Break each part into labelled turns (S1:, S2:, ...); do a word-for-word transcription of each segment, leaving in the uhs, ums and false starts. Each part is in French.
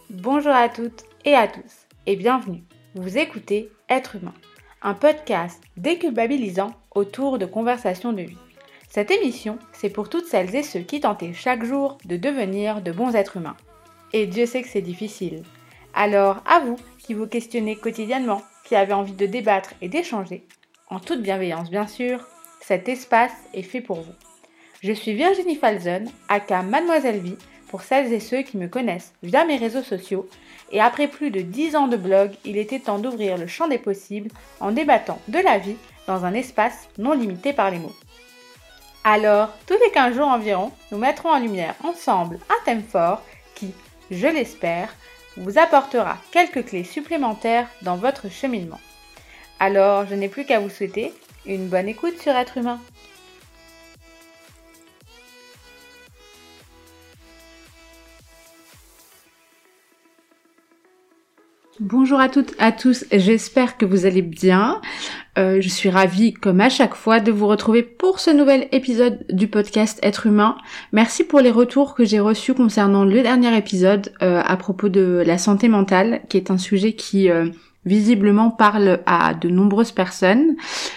S1: Bonjour à toutes et à tous et bienvenue. Vous écoutez Être humain, un podcast déculpabilisant autour de conversations de vie. Cette émission, c'est pour toutes celles et ceux qui tentent chaque jour de devenir de bons êtres humains. Et Dieu sait que c'est difficile. Alors, à vous qui vous questionnez quotidiennement, qui avez envie de débattre et d'échanger, en toute bienveillance bien sûr, cet espace est fait pour vous. Je suis Virginie Falzon, aka Mademoiselle Vie, pour celles et ceux qui me connaissent via mes réseaux sociaux, et après plus de dix ans de blog, il était temps d'ouvrir le champ des possibles en débattant de la vie dans un espace non limité par les mots. Alors, tous les quinze jours environ, nous mettrons en lumière ensemble un thème fort qui, je l'espère, vous apportera quelques clés supplémentaires dans votre cheminement. Alors, je n'ai plus qu'à vous souhaiter une bonne écoute sur Être humain. Bonjour à toutes, à tous, j'espère que vous allez bien. Euh, je suis ravie, comme à chaque fois, de vous retrouver pour ce nouvel épisode du podcast Être humain. Merci pour les retours que j'ai reçus concernant le dernier épisode euh, à propos de la santé mentale, qui est un sujet qui euh, visiblement parle à de nombreuses personnes.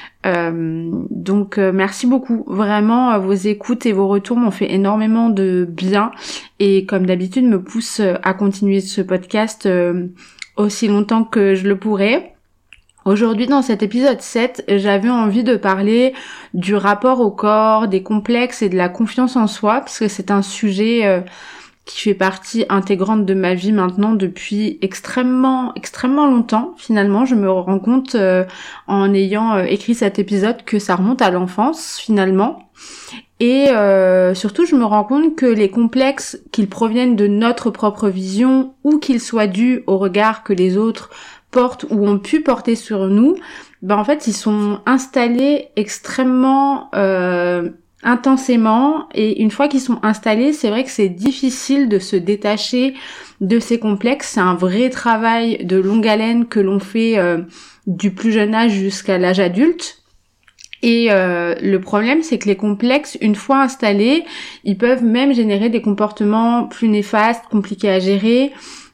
S1: Euh, donc euh, merci beaucoup, vraiment euh, vos écoutes et vos retours m'ont fait énormément de bien et comme d'habitude me poussent à continuer ce podcast euh, aussi longtemps que je le pourrai. Aujourd'hui, dans cet épisode sept, j'avais envie de parler du rapport au corps, des complexes et de la confiance en soi, parce que c'est un sujet euh, qui fait partie intégrante de ma vie maintenant depuis extrêmement, extrêmement longtemps. Finalement, je me rends compte euh, en ayant euh, écrit cet épisode que ça remonte à l'enfance, finalement. Et euh, surtout, je me rends compte que les complexes, qu'ils proviennent de notre propre vision ou qu'ils soient dus au regard que les autres portent ou ont pu porter sur nous, ben en fait, ils sont installés extrêmement euh, intensément. Et une fois qu'ils sont installés, c'est vrai que c'est difficile de se détacher de ces complexes. C'est un vrai travail de longue haleine que l'on fait euh, du plus jeune âge jusqu'à l'âge adulte. Et euh, le problème, c'est que les complexes, une fois installés, ils peuvent même générer des comportements plus néfastes, compliqués à gérer,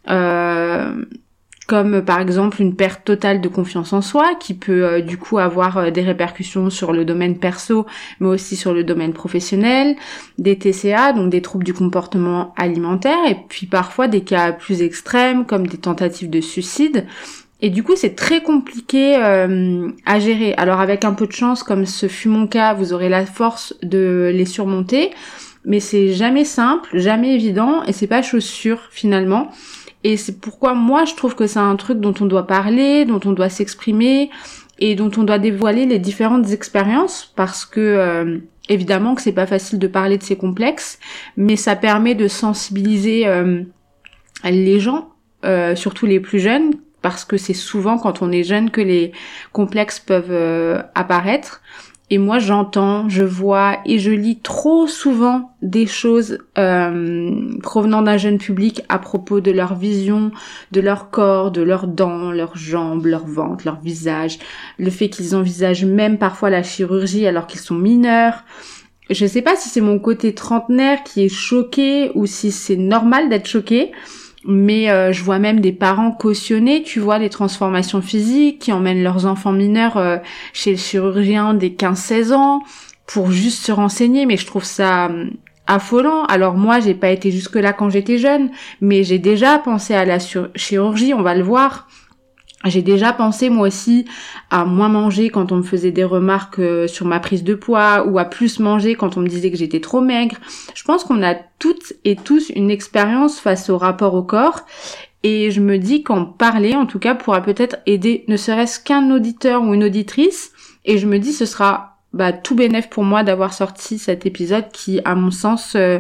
S1: euh, comme par exemple une perte totale de confiance en soi, qui peut euh, du coup avoir euh, des répercussions sur le domaine perso, mais aussi sur le domaine professionnel, des T C A, donc des troubles du comportement alimentaire, et puis parfois des cas plus extrêmes, comme des tentatives de suicide. Et du coup, c'est très compliqué euh, à gérer. Alors avec un peu de chance, comme ce fut mon cas, vous aurez la force de les surmonter, mais c'est jamais simple, jamais évident, et c'est pas chose sûre finalement. Et c'est pourquoi moi, je trouve que c'est un truc dont on doit parler, dont on doit s'exprimer, et dont on doit dévoiler les différentes expériences, parce que euh, évidemment que c'est pas facile de parler de ces complexes, mais ça permet de sensibiliser euh, les gens, euh, surtout les plus jeunes, parce que c'est souvent quand on est jeune que les complexes peuvent euh, apparaître. Et moi, j'entends, je vois et je lis trop souvent des choses euh, provenant d'un jeune public à propos de leur vision, de leur corps, de leurs dents, leurs jambes, leur ventre, leur visage, le fait qu'ils envisagent même parfois la chirurgie alors qu'ils sont mineurs. Je sais pas si c'est mon côté trentenaire qui est choqué ou si c'est normal d'être choqué. Mais euh, je vois même des parents cautionner, tu vois, les transformations physiques, qui emmènent leurs enfants mineurs euh, chez le chirurgien dès quinze seize ans pour juste se renseigner. Mais je trouve ça euh, affolant. Alors moi, j'ai pas été jusque-là quand j'étais jeune, mais j'ai déjà pensé à la sur- chirurgie, on va le voir. J'ai déjà pensé moi aussi à moins manger quand on me faisait des remarques euh, sur ma prise de poids ou à plus manger quand on me disait que j'étais trop maigre. Je pense qu'on a toutes et tous une expérience face au rapport au corps et je me dis qu'en parler en tout cas pourra peut-être aider ne serait-ce qu'un auditeur ou une auditrice et je me dis ce sera bah, tout bénef pour moi d'avoir sorti cet épisode qui à mon sens euh,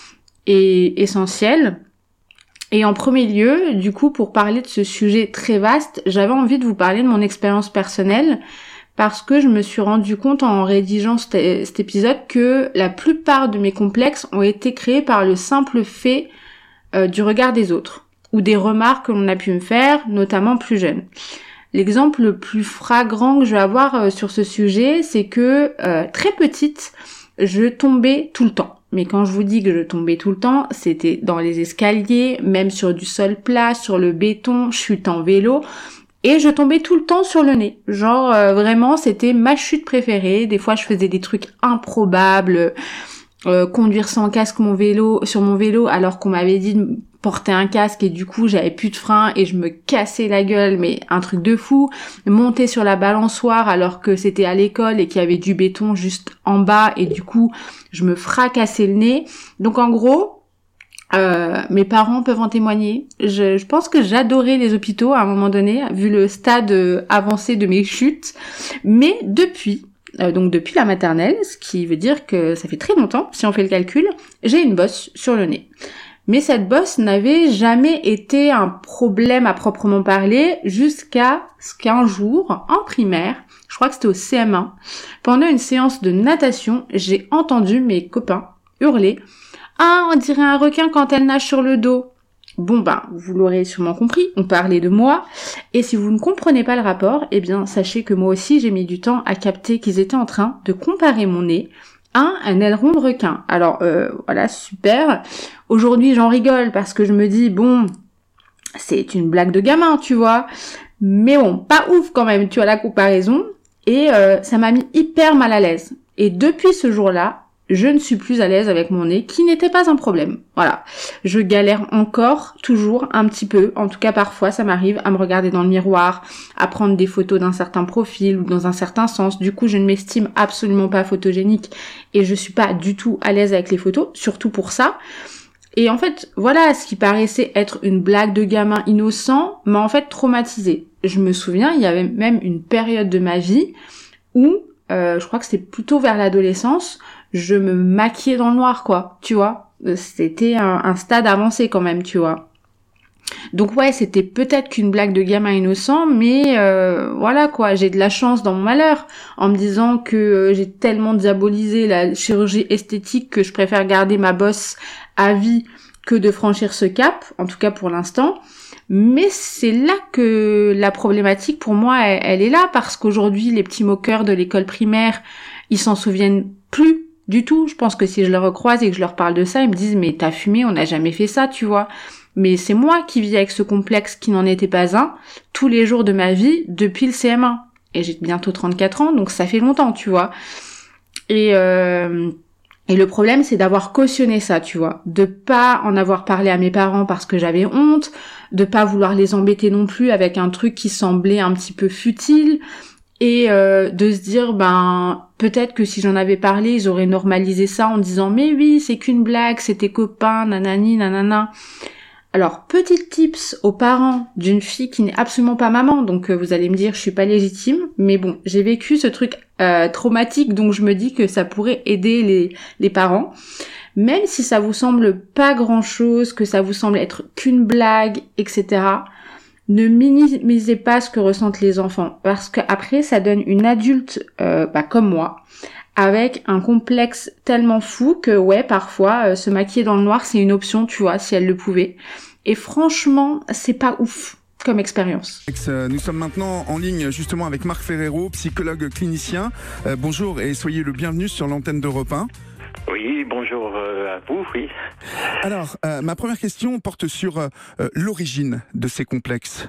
S1: est essentiel. Et en premier lieu, du coup, pour parler de ce sujet très vaste, j'avais envie de vous parler de mon expérience personnelle parce que je me suis rendu compte en rédigeant cet, cet épisode que la plupart de mes complexes ont été créés par le simple fait euh, du regard des autres ou des remarques que l'on a pu me faire, notamment plus jeune. L'exemple le plus flagrant que je vais avoir euh, sur ce sujet, c'est que euh, très petite, je tombais tout le temps. Mais quand je vous dis que je tombais tout le temps, c'était dans les escaliers, même sur du sol plat, sur le béton, chute en vélo. Et je tombais tout le temps sur le nez. Genre, euh, vraiment, c'était ma chute préférée. Des fois, je faisais des trucs improbables. Euh, conduire sans casque mon vélo, sur mon vélo, alors qu'on m'avait dit de porter un casque et du coup, j'avais plus de frein et je me cassais la gueule, mais un truc de fou. Monter sur la balançoire alors que c'était à l'école et qu'il y avait du béton juste en bas et du coup, je me fracassais le nez. Donc, en gros... Euh, mes parents peuvent en témoigner. Je, je pense que j'adorais les hôpitaux à un moment donné, vu le stade euh, avancé de mes chutes. Mais depuis, euh, donc depuis la maternelle, ce qui veut dire que ça fait très longtemps, si on fait le calcul, j'ai une bosse sur le nez. Mais cette bosse n'avait jamais été un problème à proprement parler jusqu'à ce qu'un jour, en primaire, je crois que c'était au C M un, pendant une séance de natation, j'ai entendu mes copains hurler « Ah, on dirait un requin quand elle nage sur le dos !» Bon ben, vous l'aurez sûrement compris, on parlait de moi. Et si vous ne comprenez pas le rapport, eh bien, sachez que moi aussi, j'ai mis du temps à capter qu'ils étaient en train de comparer mon nez à un aileron de requin. Alors, euh, voilà, super. Aujourd'hui, j'en rigole parce que je me dis, bon, c'est une blague de gamin, tu vois. Mais bon, pas ouf quand même, tu vois, la comparaison. Et euh, ça m'a mis hyper mal à l'aise. Et depuis ce jour-là, je ne suis plus à l'aise avec mon nez, qui n'était pas un problème. Voilà. Je galère encore, toujours, un petit peu. En tout cas, parfois, ça m'arrive à me regarder dans le miroir, à prendre des photos d'un certain profil ou dans un certain sens. Du coup, je ne m'estime absolument pas photogénique et je suis pas du tout à l'aise avec les photos, surtout pour ça. Et en fait, voilà, ce qui paraissait être une blague de gamin innocent m'a en fait traumatisée. Je me souviens, il y avait même une période de ma vie où, euh, je crois que c'était plutôt vers l'adolescence, je me maquillais dans le noir, quoi, tu vois. C'était un, un stade avancé quand même, tu vois. Donc ouais, c'était peut-être qu'une blague de gamin innocent, mais euh, voilà quoi, j'ai de la chance dans mon malheur, en me disant que euh, j'ai tellement diabolisé la chirurgie esthétique que je préfère garder ma bosse à vie que de franchir ce cap, en tout cas pour l'instant. Mais c'est là que la problématique pour moi, elle, elle est là, parce qu'aujourd'hui, les petits moqueurs de l'école primaire, ils s'en souviennent plus du tout. Je pense que si je les recroise et que je leur parle de ça, ils me disent « mais t'as fumé, on n'a jamais fait ça, tu vois ». Mais c'est moi qui vis avec ce complexe qui n'en était pas un, tous les jours de ma vie, depuis le C M un. Et j'ai bientôt trente-quatre ans, donc ça fait longtemps, tu vois. Et, euh, et le problème, c'est d'avoir cautionné ça, tu vois. De pas en avoir parlé à mes parents parce que j'avais honte, de pas vouloir les embêter non plus avec un truc qui semblait un petit peu futile, et euh, de se dire, ben, peut-être que si j'en avais parlé, ils auraient normalisé ça en disant « mais oui, c'est qu'une blague, c'est tes copains, nanani, nanana ». Alors, petit tips aux parents d'une fille qui n'est absolument pas maman, donc euh, vous allez me dire je suis pas légitime, mais bon, j'ai vécu ce truc euh, traumatique, donc je me dis que ça pourrait aider les, les parents. Même si ça vous semble pas grand-chose, que ça vous semble être qu'une blague, et cetera, ne minimisez pas ce que ressentent les enfants, parce qu'après, ça donne une adulte euh, bah, comme moi, avec un complexe tellement fou que ouais, parfois euh, se maquiller dans le noir c'est une option, tu vois, si elle le pouvait. Et franchement, c'est pas ouf comme expérience.
S2: Nous sommes maintenant en ligne justement avec Marc Ferrero, psychologue clinicien. Euh, bonjour et soyez le bienvenu sur l'antenne d'Europe un.
S3: Oui, bonjour euh, à vous, oui.
S2: Alors, euh, ma première question porte sur euh, l'origine de ces complexes.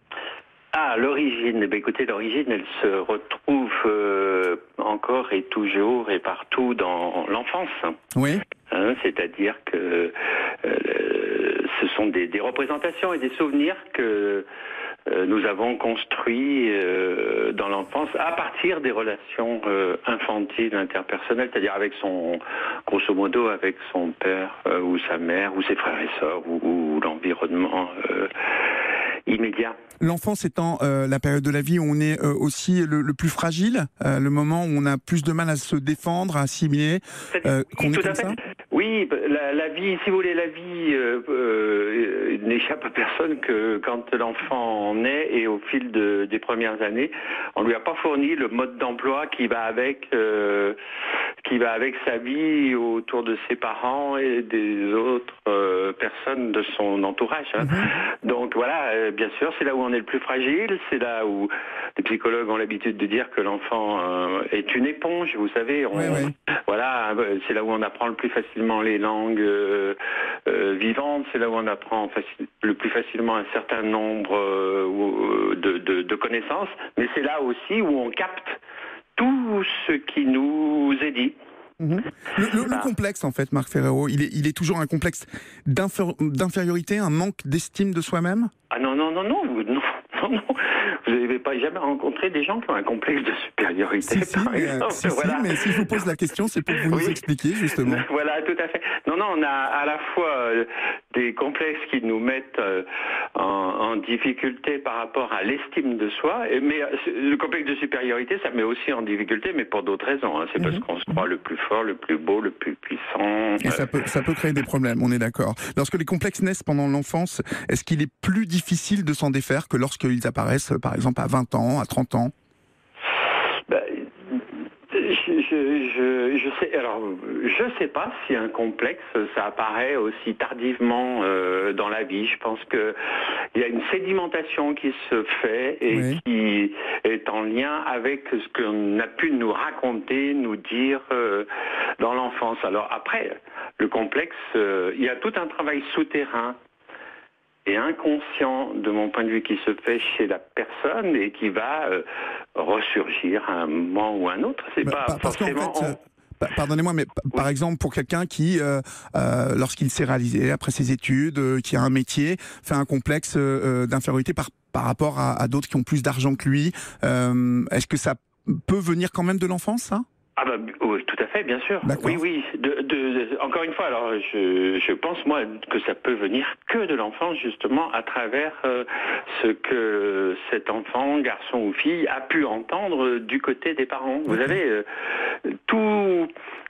S3: Ah, l'origine. Ben, écoutez, l'origine, elle se retrouve euh, encore et toujours et partout dans l'enfance.
S2: Oui.
S3: Hein, c'est-à-dire que euh, ce sont des, des représentations et des souvenirs que euh, nous avons construits euh, dans l'enfance à partir des relations euh, infantiles, interpersonnelles, c'est-à-dire avec son, grosso modo, avec son père euh, ou sa mère ou ses frères et sœurs ou, ou l'environnement euh, immédiat.
S2: L'enfance étant euh, la période de la vie où on est euh, aussi le, le plus fragile, euh, le moment où on a plus de mal à se défendre, à assimiler, euh, qu'on
S3: oui,
S2: est
S3: tout
S2: comme
S3: à fait.
S2: ça.
S3: Oui, la, la vie, si vous voulez, la vie euh, euh, n'échappe à personne que quand l'enfant naît et au fil de, des premières années, on lui a pas fourni le mode d'emploi qui va avec, euh, qui va avec sa vie autour de ses parents et des autres euh, personnes de son entourage. Hein. Mm-hmm. Donc voilà, euh, bien sûr, c'est là où on est le plus fragile, c'est là où les psychologues ont l'habitude de dire que l'enfant euh, est une éponge, vous savez. On,
S2: oui, oui.
S3: Voilà, c'est là où on apprend le plus facilement les langues euh, euh, vivantes, c'est là où on apprend faci- le plus facilement un certain nombre euh, de, de, de connaissances, mais c'est là aussi où on capte tout ce qui nous est dit.
S2: Mmh. Le, le, le complexe, en fait, Marc Ferrero, il est, il est toujours un complexe d'infer- d'infériorité, un manque d'estime de soi-même ?
S3: Ah non, non, non, non, non, non, non. Vous n'avez pas jamais rencontré des gens qui ont un complexe de supériorité,
S2: si, si,
S3: par
S2: mais,
S3: exemple.
S2: Si,
S3: voilà.
S2: si, mais si je vous pose la question, c'est pour que vous oui. nous expliquiez, justement.
S3: Voilà, tout à fait. Non, non, on a à la fois euh, des complexes qui nous mettent euh, en, en difficulté par rapport à l'estime de soi, et, mais euh, le complexe de supériorité, ça met aussi en difficulté, mais pour d'autres raisons. Hein. C'est mmh. parce qu'on se croit le plus fort, le plus beau, le plus puissant.
S2: Et euh... ça peut, ça peut créer des problèmes, on est d'accord. Lorsque les complexes naissent pendant l'enfance, est-ce qu'il est plus difficile de s'en défaire que lorsqu'ils apparaissent, par exemple, à vingt ans, à trente ans ?
S3: Ben, je, je, je, je sais, alors, je sais pas si un complexe, ça apparaît aussi tardivement euh, dans la vie. Je pense que il y a une sédimentation qui se fait et oui. qui est en lien avec ce qu'on a pu nous raconter, nous dire euh, dans l'enfance. Alors après, le complexe, euh, il y a tout un travail souterrain et inconscient, de mon point de vue, qui se fait chez la personne et qui va euh, ressurgir à un moment ou à un autre. C'est bah, pas
S2: parce
S3: forcément...
S2: qu'en fait, euh, pardonnez-moi, mais oui. par exemple, pour quelqu'un qui, euh, euh, lorsqu'il s'est réalisé après ses études, euh, qui a un métier, fait un complexe euh, d'infériorité par, par rapport à, à d'autres qui ont plus d'argent que lui, euh, est-ce que ça peut venir quand même de l'enfance, ça ?
S3: Ah bah oui, tout à fait, bien sûr.
S2: D'accord.
S3: Oui, oui. De, de, encore une fois, alors je, je pense moi que ça peut venir que de l'enfance justement à travers euh, ce que cet enfant, garçon ou fille, a pu entendre du côté des parents. Vous savez, euh, tout,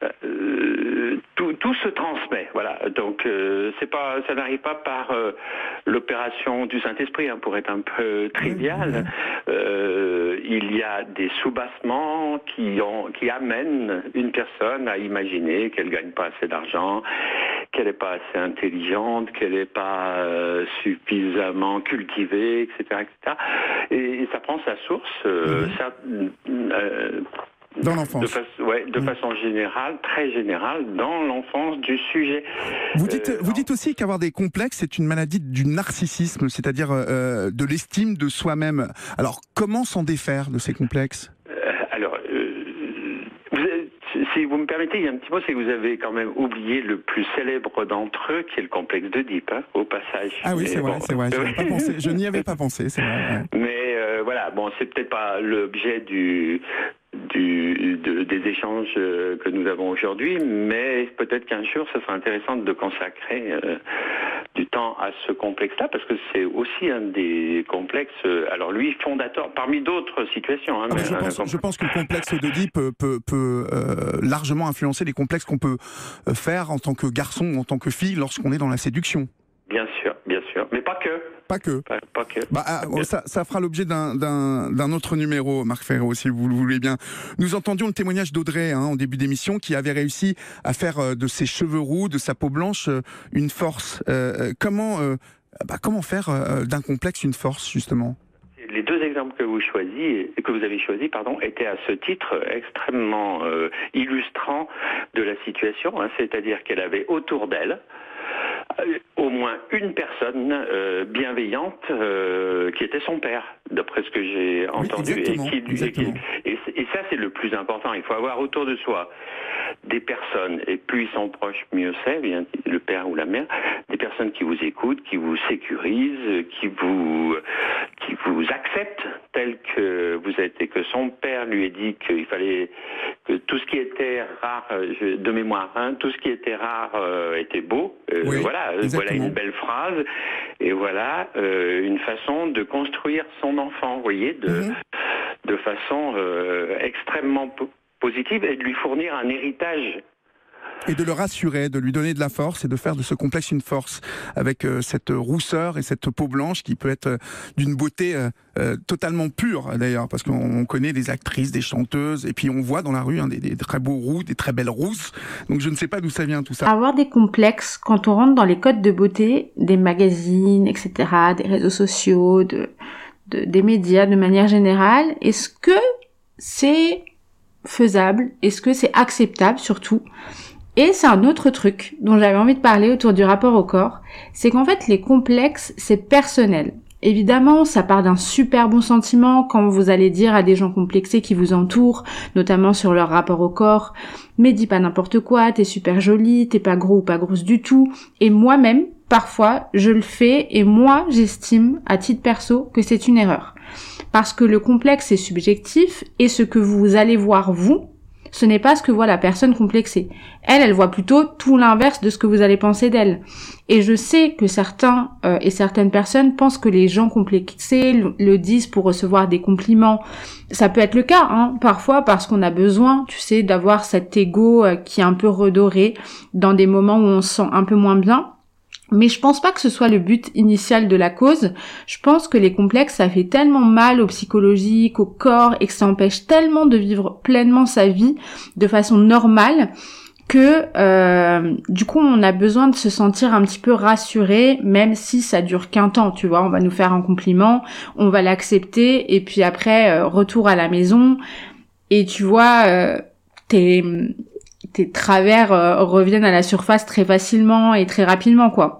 S3: euh, tout, tout se transmet. Voilà. Donc euh, c'est pas, ça n'arrive pas par euh, l'opération du Saint-Esprit, hein, pour être un peu trivial. Euh, il y a des soubassements qui ont, qui amènent une personne à imaginer qu'elle ne gagne pas assez d'argent, qu'elle n'est pas assez intelligente, qu'elle n'est pas euh, suffisamment cultivée, et cetera, et cetera. Et, et ça prend sa source, euh, mmh. ça, euh,
S2: dans l'enfance.
S3: De, fa- ouais, de mmh. façon générale, très générale, dans l'enfance du sujet.
S2: Vous dites, euh, vous dites aussi qu'avoir des complexes, c'est une maladie du narcissisme, c'est-à-dire euh, de l'estime de soi-même. Alors, comment s'en défaire de ces complexes ?
S3: euh, Alors, euh, si vous me permettez, il y a un petit mot, c'est que vous avez quand même oublié le plus célèbre d'entre eux, qui est le complexe d'Oedipe, hein, au passage.
S2: Ah oui, c'est vrai, bon, c'est vrai. Je, pas pensé, je n'y avais pas pensé, c'est vrai. Ouais.
S3: Mais euh, voilà, bon, c'est peut-être pas l'objet du, du, de, des échanges euh, que nous avons aujourd'hui, mais peut-être qu'un jour, ce sera intéressant de consacrer euh, du temps à ce complexe-là, parce que c'est aussi un des complexes, alors lui, fondateur, parmi d'autres situations. Hein,
S2: ah
S3: mais
S2: je, pense, je pense que le complexe d'Oedipe peut, peut, peut euh, largement influencer les complexes qu'on peut faire en tant que garçon ou en tant que fille lorsqu'on est dans la séduction.
S3: Bien sûr, bien sûr, mais pas que.
S2: Pas que.
S3: Pas, pas que.
S2: Bah, ah, ça, ça fera l'objet d'un, d'un, d'un autre numéro, Marc Ferrero, si vous le voulez bien. Nous entendions le témoignage d'Audrey hein, en début d'émission, qui avait réussi à faire de ses cheveux roux, de sa peau blanche, une force. Euh, comment, euh, bah, comment faire euh, d'un complexe une force, justement ?
S3: Les deux exemples que vous choisis, que vous avez choisis, pardon, étaient à ce titre extrêmement euh, illustrants de la situation. Hein, c'est-à-dire qu'elle avait autour d'elle euh, au moins une personne euh, bienveillante euh, qui était son père, d'après ce que j'ai entendu.
S2: Oui, exactement,
S3: et, qui,
S2: exactement.
S3: Et, qui, et, et ça, c'est le plus important. Il faut avoir autour de soi des personnes, et plus ils sont proches, mieux c'est, bien le père ou la mère, des personnes qui vous écoutent, qui vous sécurisent, qui vous, qui vous acceptent tel que vous êtes, et que son père lui ait dit qu'il fallait que tout ce qui était rare, de mémoire, hein, tout ce qui était rare euh, était beau. Euh, oui, voilà, voilà une belle phrase, et voilà euh, une façon de construire son enfant, vous voyez, de, mm-hmm. de façon euh, extrêmement positive, et de lui fournir un héritage
S2: Et de le rassurer, de lui donner de la force et de faire de ce complexe une force avec euh, cette rousseur et cette peau blanche qui peut être euh, d'une beauté euh, euh, totalement pure d'ailleurs, parce qu'on connaît des actrices, des chanteuses et puis on voit dans la rue hein, des, des très beaux roux, des très belles rousses. Donc je ne sais pas d'où ça vient tout ça.
S1: Avoir des complexes quand on rentre dans les codes de beauté des magazines, et cetera, des réseaux sociaux, de, de des médias de manière générale, est-ce que c'est faisable? Est-ce que c'est acceptable surtout? Et c'est un autre truc dont j'avais envie de parler autour du rapport au corps, c'est qu'en fait les complexes, c'est personnel. Évidemment, ça part d'un super bon sentiment quand vous allez dire à des gens complexés qui vous entourent, notamment sur leur rapport au corps, mais dis pas n'importe quoi, t'es super jolie, t'es pas gros ou pas grosse du tout. Et moi-même, parfois, je le fais et moi, j'estime, à titre perso, que c'est une erreur. Parce que le complexe est subjectif et ce que vous allez voir vous, ce n'est pas ce que voit la personne complexée. Elle, elle voit plutôt tout l'inverse de ce que vous allez penser d'elle. Et je sais que certains euh, et certaines personnes pensent que les gens complexés le, le disent pour recevoir des compliments. Ça peut être le cas, hein, parfois parce qu'on a besoin, tu sais, d'avoir cet ego euh, qui est un peu redoré dans des moments où on se sent un peu moins bien. Mais je pense pas que ce soit le but initial de la cause. Je pense que les complexes, ça fait tellement mal au psychologique, au corps, et que ça empêche tellement de vivre pleinement sa vie de façon normale que euh, du coup on a besoin de se sentir un petit peu rassuré, même si ça dure qu'un temps, tu vois. On va nous faire un compliment, on va l'accepter, et puis après, euh, retour à la maison, et tu vois, euh, t'es... tes travers euh, reviennent à la surface très facilement et très rapidement, quoi.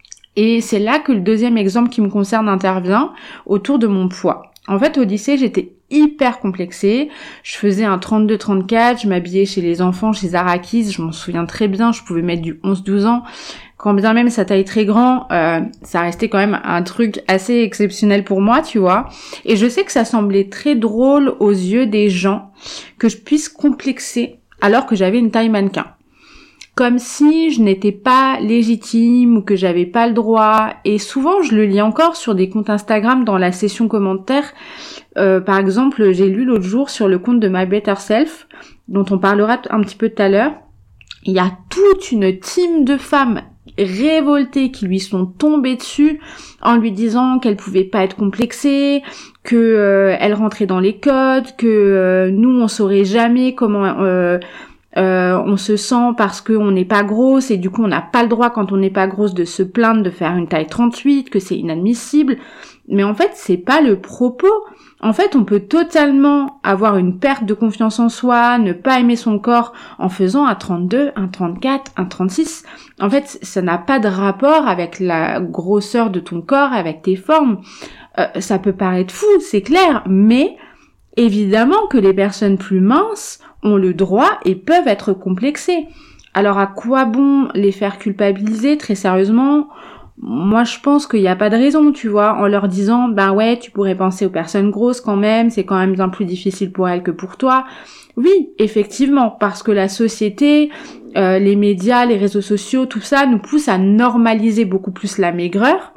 S1: Et c'est là que le deuxième exemple qui me concerne intervient, autour de mon poids. En fait, au lycée, j'étais hyper complexée. Je faisais un trente-deux trente-quatre, je m'habillais chez les enfants, chez Zara Kids, je m'en souviens très bien, je pouvais mettre du onze douze ans. Quand bien même sa taille très grand, euh, ça restait quand même un truc assez exceptionnel pour moi, tu vois. Et je sais que ça semblait très drôle aux yeux des gens que je puisse complexer alors que j'avais une taille mannequin. Comme si je n'étais pas légitime ou que j'avais pas le droit. Et souvent, je le lis encore sur des comptes Instagram dans la section commentaires. Euh, par exemple, j'ai lu l'autre jour sur le compte de My Better Self, dont on parlera un petit peu tout à l'heure. Il y a toute une team de femmes révoltées qui lui sont tombées dessus en lui disant qu'elle pouvait pas être complexée, que euh, elle rentrait dans les codes, que euh, nous on saurait jamais comment euh, euh, on se sent parce qu'on n'est pas grosse et du coup on n'a pas le droit quand on n'est pas grosse de se plaindre de faire une taille trente-huit, que c'est inadmissible. Mais en fait c'est pas le propos. En fait, on peut totalement avoir une perte de confiance en soi, ne pas aimer son corps en faisant un trente-deux, un trente-quatre, un trente-six. En fait, ça n'a pas de rapport avec la grosseur de ton corps, avec tes formes. Euh, ça peut paraître fou, c'est clair, mais évidemment que les personnes plus minces ont le droit et peuvent être complexées. Alors à quoi bon les faire culpabiliser très sérieusement ? Moi, je pense qu'il n'y a pas de raison, tu vois, en leur disant, ben ouais, tu pourrais penser aux personnes grosses quand même, c'est quand même bien plus difficile pour elles que pour toi. Oui, effectivement, parce que la société, euh, les médias, les réseaux sociaux, tout ça nous pousse à normaliser beaucoup plus la maigreur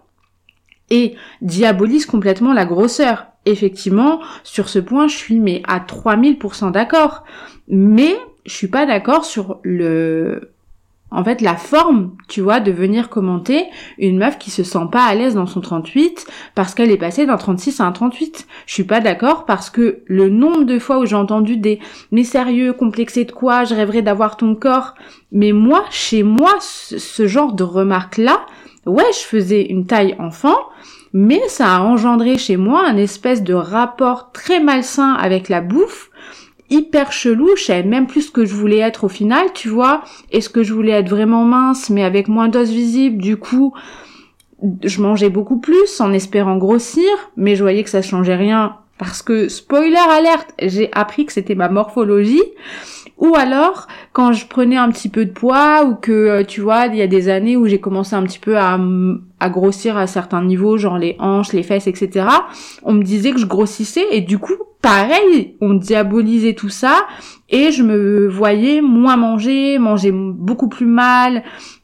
S1: et diabolise complètement la grosseur. Effectivement, sur ce point, je suis mais à trois mille pour cent d'accord. Mais je suis pas d'accord sur le... En fait, la forme, tu vois, de venir commenter une meuf qui se sent pas à l'aise dans son trente-huit parce qu'elle est passée d'un trente-six à un trente-huit. Je suis pas d'accord parce que le nombre de fois où j'ai entendu des « mais sérieux, complexé de quoi, je rêverais d'avoir ton corps ». Mais moi, chez moi, ce, ce genre de remarques-là, ouais, je faisais une taille enfant, mais ça a engendré chez moi un espèce de rapport très malsain avec la bouffe, hyper chelou. Je savais même plus ce que je voulais être au final, tu vois. Est-ce que je voulais être vraiment mince, mais avec moins d'os visible? Du coup, je mangeais beaucoup plus en espérant grossir, mais je voyais que ça changeait rien parce que, spoiler alerte, j'ai appris que c'était ma morphologie. Ou alors, quand je prenais un petit peu de poids ou que, tu vois, il y a des années où j'ai commencé un petit peu à, à grossir à certains niveaux, genre les hanches, les fesses, et cetera, on me disait que je grossissais et du coup, pareil, on diabolisait tout ça et je me voyais moins manger, manger beaucoup plus mal.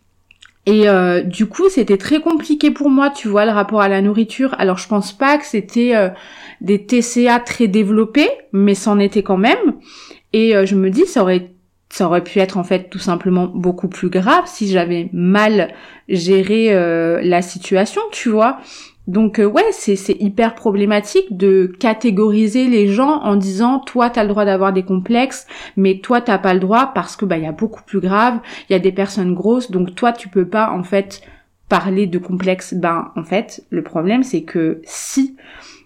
S1: Et euh, du coup, c'était très compliqué pour moi, tu vois, le rapport à la nourriture. Alors, je pense pas que c'était euh, des T C A très développés, mais c'en était quand même. Et euh, je me dis, ça aurait ça aurait pu être en fait tout simplement beaucoup plus grave si j'avais mal géré euh, la situation, tu vois. Donc euh, ouais, c'est c'est hyper problématique de catégoriser les gens en disant toi t'as le droit d'avoir des complexes, mais toi t'as pas le droit parce que bah il y a beaucoup plus grave, il y a des personnes grosses, donc toi tu peux pas en fait parler de complexes. Ben en fait le problème c'est que si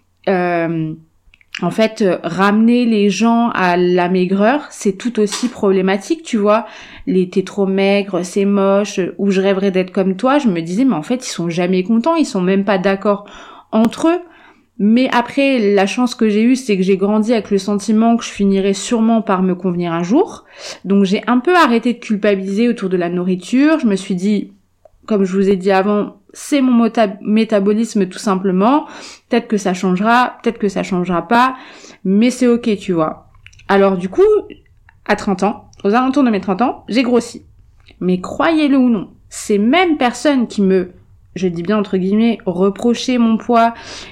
S1: euh, en fait, euh, ramener les gens à la maigreur, c'est tout aussi problématique, tu vois. Les t'es trop maigre, c'est moche, ou je rêverais d'être comme toi, je me disais, mais en fait, ils sont jamais contents, ils sont même pas d'accord entre eux. Mais après, la chance que j'ai eue, c'est que j'ai grandi avec le sentiment que je finirais sûrement par me convenir un jour. Donc j'ai un peu arrêté de culpabiliser autour de la nourriture. Je me suis dit, comme je vous ai dit avant, c'est mon mota- métabolisme tout simplement. Peut-être que ça changera, peut-être que ça changera pas, mais c'est ok, tu vois. Alors du coup, à trente ans, aux alentours de mes trente ans, j'ai grossi. Mais croyez-le ou non, ces mêmes personnes qui me, je dis bien entre guillemets, reprochaient mon poids,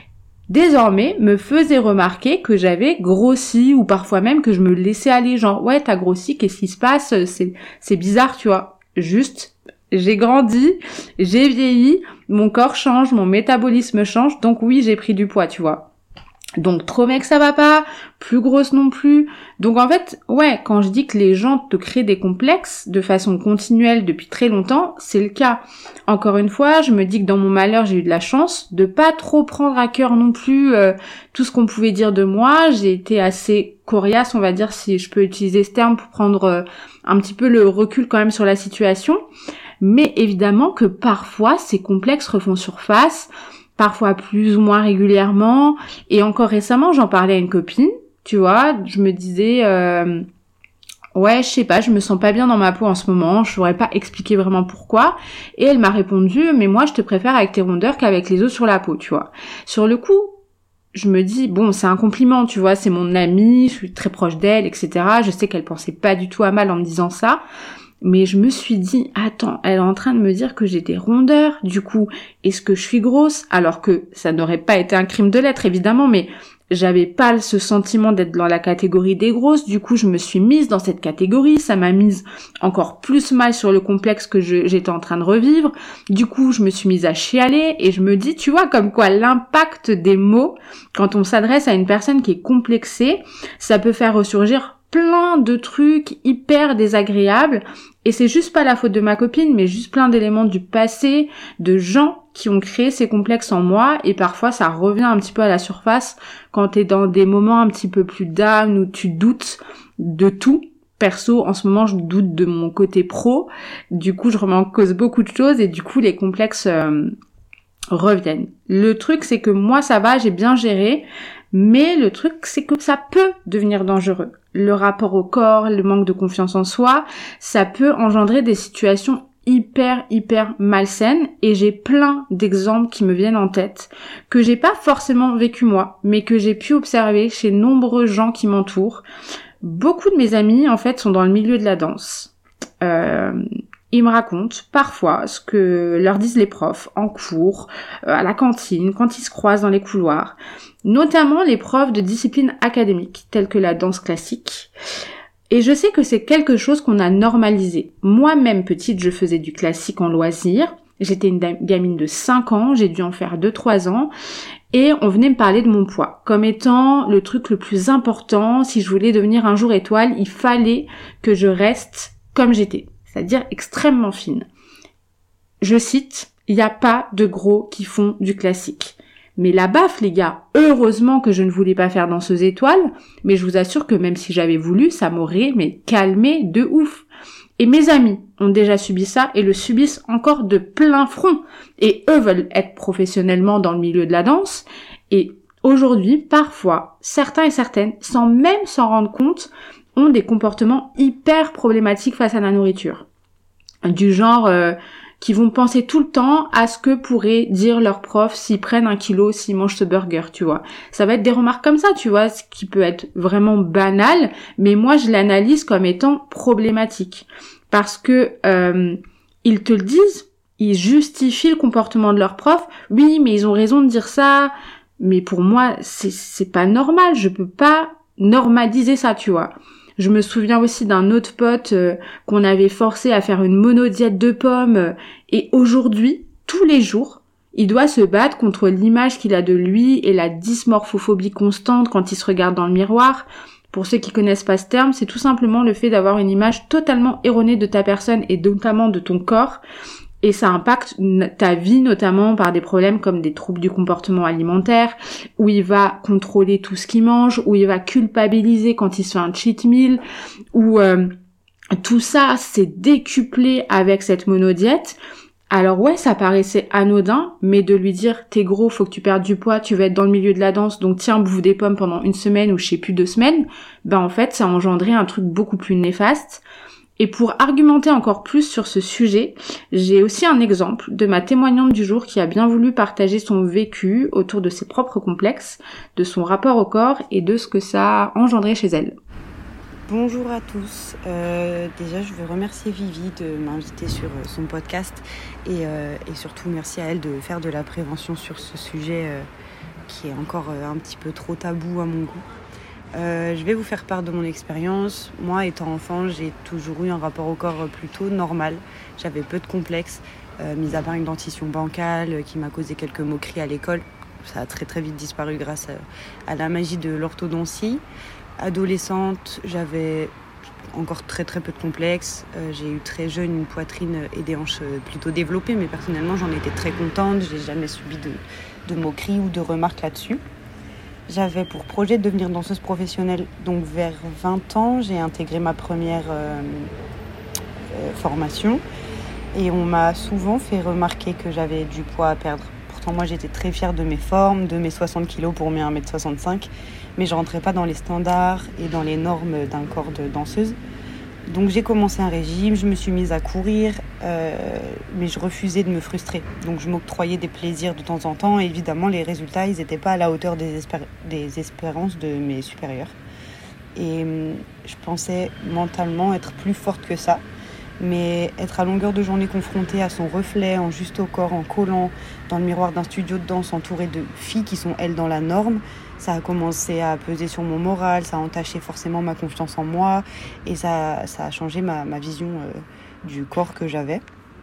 S1: désormais me faisaient remarquer que j'avais grossi, ou parfois même que je me laissais aller, genre ouais t'as grossi, qu'est-ce qui se passe, c'est, c'est bizarre, tu vois. Juste, j'ai grandi, j'ai vieilli, mon corps change, mon métabolisme change, donc oui, j'ai pris du poids, tu vois. Donc trop mec, ça va pas, plus grosse non plus. Donc en fait, ouais, quand je dis que les gens te créent des complexes de façon continuelle depuis très longtemps, c'est le cas. Encore une fois, je me dis que dans mon malheur, j'ai eu de la chance de pas trop prendre à cœur non plus euh, tout ce qu'on pouvait dire de moi. J'ai été assez coriace, on va dire, si je peux utiliser ce terme pour prendre euh, un petit peu le recul quand même sur la situation. Mais évidemment que parfois, ces complexes refont surface, parfois plus ou moins régulièrement. Et encore récemment, j'en parlais à une copine, tu vois, je me disais, euh, ouais, je sais pas, je me sens pas bien dans ma peau en ce moment, je saurais pas expliquer vraiment pourquoi. Et elle m'a répondu, mais moi, je te préfère avec tes rondeurs qu'avec les os sur la peau, tu vois. Sur le coup, je me dis, bon, c'est un compliment, tu vois, c'est mon amie, je suis très proche d'elle, et cetera. Je sais qu'elle pensait pas du tout à mal en me disant ça. Mais je me suis dit, attends, elle est en train de me dire que j'ai des rondeurs, du coup, est-ce que je suis grosse? Alors que ça n'aurait pas été un crime de l'être, évidemment, mais j'avais pas ce sentiment d'être dans la catégorie des grosses, du coup, je me suis mise dans cette catégorie, ça m'a mise encore plus mal sur le complexe que je, j'étais en train de revivre, du coup, je me suis mise à chialer, et je me dis, tu vois, comme quoi l'impact des mots, quand on s'adresse à une personne qui est complexée, ça peut faire ressurgir plein de trucs hyper désagréables, et c'est juste pas la faute de ma copine, mais juste plein d'éléments du passé, de gens qui ont créé ces complexes en moi, et parfois ça revient un petit peu à la surface quand t'es dans des moments un petit peu plus down, où tu doutes de tout. Perso, en ce moment, je doute de mon côté pro, du coup je remets en cause beaucoup de choses, et du coup les complexes euh, reviennent. Le truc c'est que moi ça va, j'ai bien géré, mais le truc c'est que ça peut devenir dangereux. Le rapport au corps, le manque de confiance en soi, ça peut engendrer des situations hyper hyper malsaines, et j'ai plein d'exemples qui me viennent en tête que j'ai pas forcément vécu moi, mais que j'ai pu observer chez nombreux gens qui m'entourent. Beaucoup de mes amis en fait sont dans le milieu de la danse. Euh, ils me racontent parfois ce que leur disent les profs en cours, euh, à la cantine, quand ils se croisent dans les couloirs, notamment les profs de disciplines académiques telles que la danse classique. Et je sais que c'est quelque chose qu'on a normalisé. Moi-même petite, je faisais du classique en loisir. J'étais une gamine de cinq ans, j'ai dû en faire deux trois ans, et on venait me parler de mon poids comme étant le truc le plus important. Si je voulais devenir un jour étoile, il fallait que je reste comme j'étais, c'est-à-dire extrêmement fine. Je cite, il n'y a pas de gros qui font du classique. Mais la baffe, les gars, heureusement que je ne voulais pas faire danseuse étoile, mais je vous assure que même si j'avais voulu, ça m'aurait mais calmé de ouf. Et mes amis ont déjà subi ça et le subissent encore de plein front. Et eux veulent être professionnellement dans le milieu de la danse. Et aujourd'hui, parfois, certains et certaines, sans même s'en rendre compte, ont des comportements hyper problématiques face à la nourriture. Du genre... Euh, qui vont penser tout le temps à ce que pourrait dire leur prof s'ils prennent un kilo, s'ils mangent ce burger, tu vois. Ça va être des remarques comme ça, tu vois, ce qui peut être vraiment banal, mais moi je l'analyse comme étant problématique. Parce que euh, ils te le disent, ils justifient le comportement de leur prof, oui, mais ils ont raison de dire ça, mais pour moi, c'est, c'est pas normal, je peux pas normaliser ça, tu vois. Je me souviens aussi d'un autre pote euh, qu'on avait forcé à faire une monodiète de pommes euh, et aujourd'hui, tous les jours, il doit se battre contre l'image qu'il a de lui et la dysmorphophobie constante quand il se regarde dans le miroir. Pour ceux qui connaissent pas ce terme, c'est tout simplement le fait d'avoir une image totalement erronée de ta personne et notamment de ton corps. Et ça impacte ta vie, notamment par des problèmes comme des troubles du comportement alimentaire, où il va contrôler tout ce qu'il mange, où il va culpabiliser quand il se fait un cheat meal, où euh, tout ça c'est décuplé avec cette monodiète. Alors ouais, ça paraissait anodin, mais de lui dire « t'es gros, faut que tu perdes du poids, tu vas être dans le milieu de la danse, donc tiens, bouffe des pommes pendant une semaine ou je sais plus deux semaines », ben en fait, ça a engendré un truc beaucoup plus néfaste. Et pour argumenter encore plus sur ce sujet, j'ai aussi un exemple de ma témoignante du jour qui a bien voulu partager son vécu autour de ses propres complexes, de son rapport au corps et de ce que ça a engendré chez elle.
S4: Bonjour à tous. Euh, déjà, je veux remercier Vivi de m'inviter sur son podcast et, euh, et surtout merci à elle de faire de la prévention sur ce sujet euh, qui est encore euh, un petit peu trop tabou à mon goût. Euh, je vais vous faire part de mon expérience. Moi, étant enfant, j'ai toujours eu un rapport au corps plutôt normal. J'avais peu de complexes, euh, mis à part une dentition bancale qui m'a causé quelques moqueries à l'école. Ça a très très vite disparu grâce à, à la magie de l'orthodontie. Adolescente, j'avais encore très très peu de complexes. Euh, j'ai eu très jeune une poitrine et des hanches plutôt développées, mais personnellement j'en étais très contente. Je n'ai jamais subi de, de moqueries ou de remarques là-dessus. J'avais pour projet de devenir danseuse professionnelle, donc vers vingt ans, j'ai intégré ma première euh, euh, formation et on m'a souvent fait remarquer que j'avais du poids à perdre. Pourtant moi j'étais très fière de mes formes, de mes soixante kilos pour mes un mètre soixante-cinq, mais je rentrais pas dans les standards et dans les normes d'un corps de danseuse. Donc j'ai commencé un régime, je me suis mise à courir, euh, mais je refusais de me frustrer. Donc je m'octroyais des plaisirs de temps en temps et évidemment les résultats ils n'étaient pas à la hauteur des, espér- des espérances de mes supérieurs. Et euh, je pensais mentalement être plus forte que ça, mais être à longueur de journée confrontée à son reflet en juste au corps, en collant dans le miroir d'un studio de danse entouré de filles qui sont elles dans la norme, ça a commencé à peser sur mon moral, ça a entaché forcément ma confiance en moi et ça, ça a changé ma, ma vision euh, du corps que j'avais.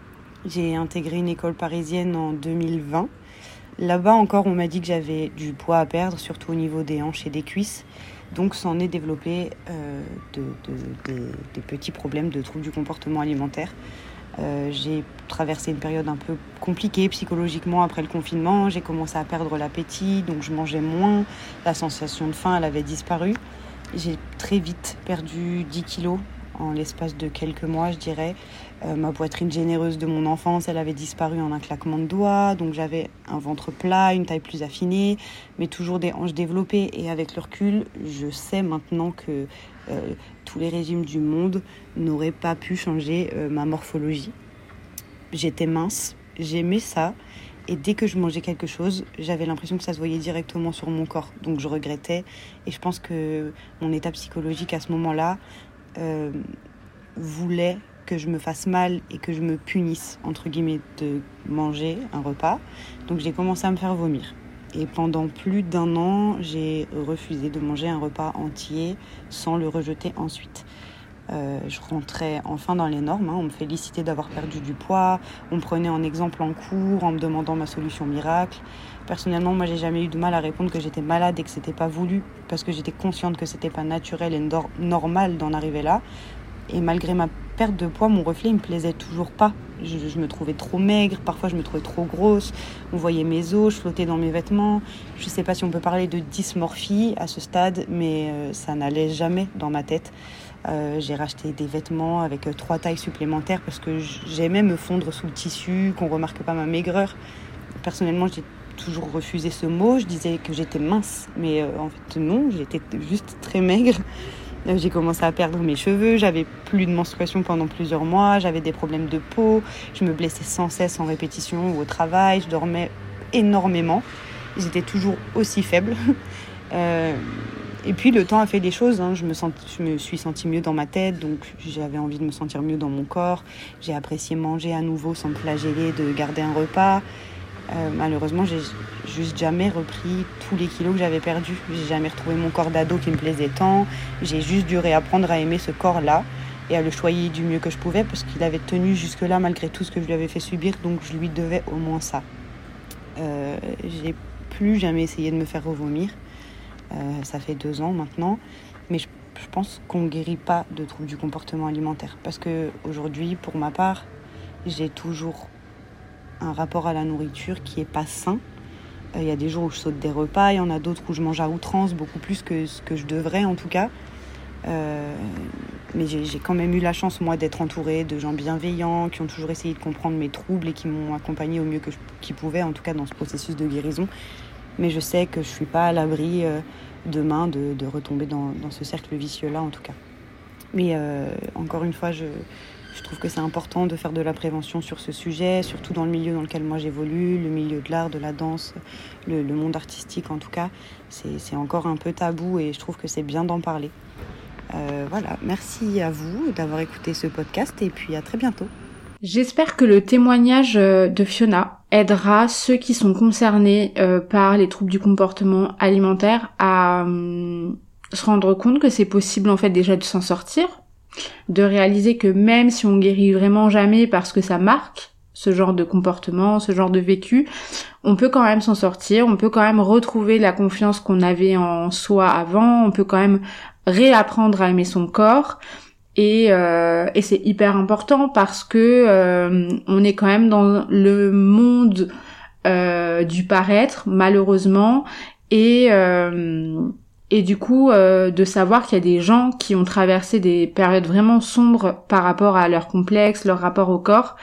S4: J'ai intégré une école parisienne en deux mille vingt. Là-bas encore, on m'a dit que j'avais du poids à perdre, surtout au niveau des hanches et des cuisses. Donc, s'en est développé euh, de, de, de, des petits problèmes de troubles du comportement alimentaire. Euh, j'ai traversé une période un peu compliquée psychologiquement après le confinement. J'ai commencé à perdre l'appétit, donc je mangeais moins. La sensation de faim, elle avait disparu. J'ai très vite perdu dix kilos en l'espace de quelques mois, je dirais. Euh, ma poitrine généreuse de mon enfance, elle avait disparu en un claquement de doigts. Donc j'avais un ventre plat, une taille plus affinée, mais toujours des hanches développées. Et avec le recul, je sais maintenant que euh, tous les régimes du monde n'auraient pas pu changer euh, ma morphologie. J'étais mince, j'aimais ça. Et dès que je mangeais quelque chose, j'avais l'impression que ça se voyait directement sur mon corps. Donc je regrettais. Et je pense que mon état psychologique à ce moment-là euh, voulait que je me fasse mal et que je me punisse, entre guillemets, de manger un repas. Donc j'ai commencé à me faire vomir. Et pendant plus d'un an, j'ai refusé de manger un repas entier sans le rejeter ensuite. Euh, je rentrais enfin dans les normes, hein. On me félicitait d'avoir perdu du poids, on me prenait en exemple en cours en me demandant ma solution miracle. Personnellement, moi j'ai jamais eu de mal à répondre que j'étais malade et que c'était pas voulu, parce que j'étais consciente que c'était pas naturel et nor- normal d'en arriver là. Et malgré ma perte de poids, mon reflet il me plaisait toujours pas. Je, je me trouvais trop maigre, parfois je me trouvais trop grosse, on voyait mes os, je flottais dans mes vêtements. Je sais pas si on peut parler de dysmorphie à ce stade, mais euh, ça n'allait jamais dans ma tête. Euh, j'ai racheté des vêtements avec euh, trois tailles supplémentaires parce que j'aimais me fondre sous le tissu, qu'on remarque pas ma maigreur. Personnellement, j'ai toujours refusé ce mot. Je disais que j'étais mince, mais euh, en fait non, j'étais juste très maigre. Euh, j'ai commencé à perdre mes cheveux, j'avais plus de menstruation pendant plusieurs mois, j'avais des problèmes de peau, je me blessais sans cesse en répétition ou au travail, je dormais énormément, j'étais toujours aussi faible. euh, Et puis le temps a fait des choses, hein. je, me sens, je me suis sentie mieux dans ma tête, donc j'avais envie de me sentir mieux dans mon corps. J'ai apprécié manger à nouveau sans me flageller, de garder un repas. Euh, malheureusement, j'ai juste jamais repris tous les kilos que j'avais perdus. J'ai jamais retrouvé mon corps d'ado qui me plaisait tant. J'ai juste dû réapprendre à aimer ce corps-là et à le choyer du mieux que je pouvais parce qu'il avait tenu jusque-là malgré tout ce que je lui avais fait subir, donc je lui devais au moins ça. Euh, j'ai plus jamais essayé de me faire revomir. Euh, ça fait deux ans maintenant, mais je, je pense qu'on ne guérit pas de troubles du comportement alimentaire parce que aujourd'hui, pour ma part, j'ai toujours un rapport à la nourriture qui est pas sain. Il euh, y a des jours où je saute des repas, il y en a d'autres où je mange à outrance, beaucoup plus que ce que je devrais en tout cas. Euh, mais j'ai, j'ai quand même eu la chance, moi, d'être entourée de gens bienveillants, qui ont toujours essayé de comprendre mes troubles et qui m'ont accompagnée au mieux que je, qu'ils pouvaient, en tout cas dans ce processus de guérison. Mais je sais que je ne suis pas à l'abri euh, demain de, de retomber dans, dans ce cercle vicieux-là, en tout cas. Mais euh, encore une fois, je, je trouve que c'est important de faire de la prévention sur ce sujet, surtout dans le milieu dans lequel moi j'évolue, le milieu de l'art, de la danse, le, le monde artistique en tout cas. C'est, c'est encore un peu tabou et je trouve que c'est bien d'en parler. Euh, voilà, merci à vous d'avoir écouté ce podcast et puis à très bientôt.
S1: J'espère que le témoignage de Fiona aidera ceux qui sont concernés euh, par les troubles du comportement alimentaire à euh, se rendre compte que c'est possible en fait déjà de s'en sortir, de réaliser que même si on guérit vraiment jamais parce que ça marque ce genre de comportement, ce genre de vécu, on peut quand même s'en sortir, on peut quand même retrouver la confiance qu'on avait en soi avant, on peut quand même réapprendre à aimer son corps. Et, euh, et c'est hyper important parce que euh, on est quand même dans le monde euh, du paraître malheureusement et euh, et du coup euh, de savoir qu'il y a des gens qui ont traversé des périodes vraiment sombres par rapport à leur complexe, leur rapport au corps,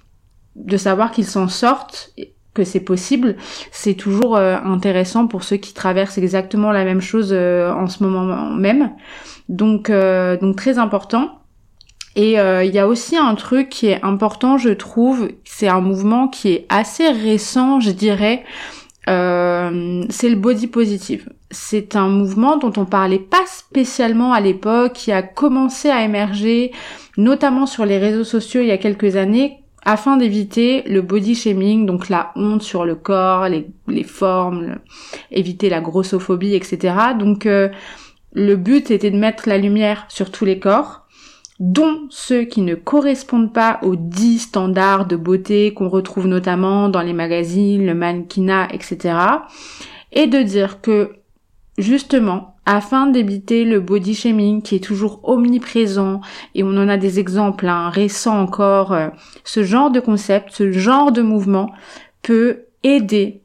S1: de savoir qu'ils s'en sortent, que c'est possible, c'est toujours euh, intéressant pour ceux qui traversent exactement la même chose euh, en ce moment même. Donc, euh, donc très important. Et il euh, y a aussi un truc qui est important, je trouve, c'est un mouvement qui est assez récent, je dirais, euh, c'est le body positive. C'est un mouvement dont on parlait pas spécialement à l'époque, qui a commencé à émerger, notamment sur les réseaux sociaux il y a quelques années, afin d'éviter le body shaming, donc la honte sur le corps, les, les formes, le, éviter la grossophobie, et cetera. Donc euh, le but était de mettre la lumière sur tous les corps, dont ceux qui ne correspondent pas aux dix standards de beauté qu'on retrouve notamment dans les magazines, le mannequinat, et cetera. Et de dire que, justement, afin d'éviter le body shaming qui est toujours omniprésent, et on en a des exemples hein, récents encore, euh, ce genre de concept, ce genre de mouvement peut aider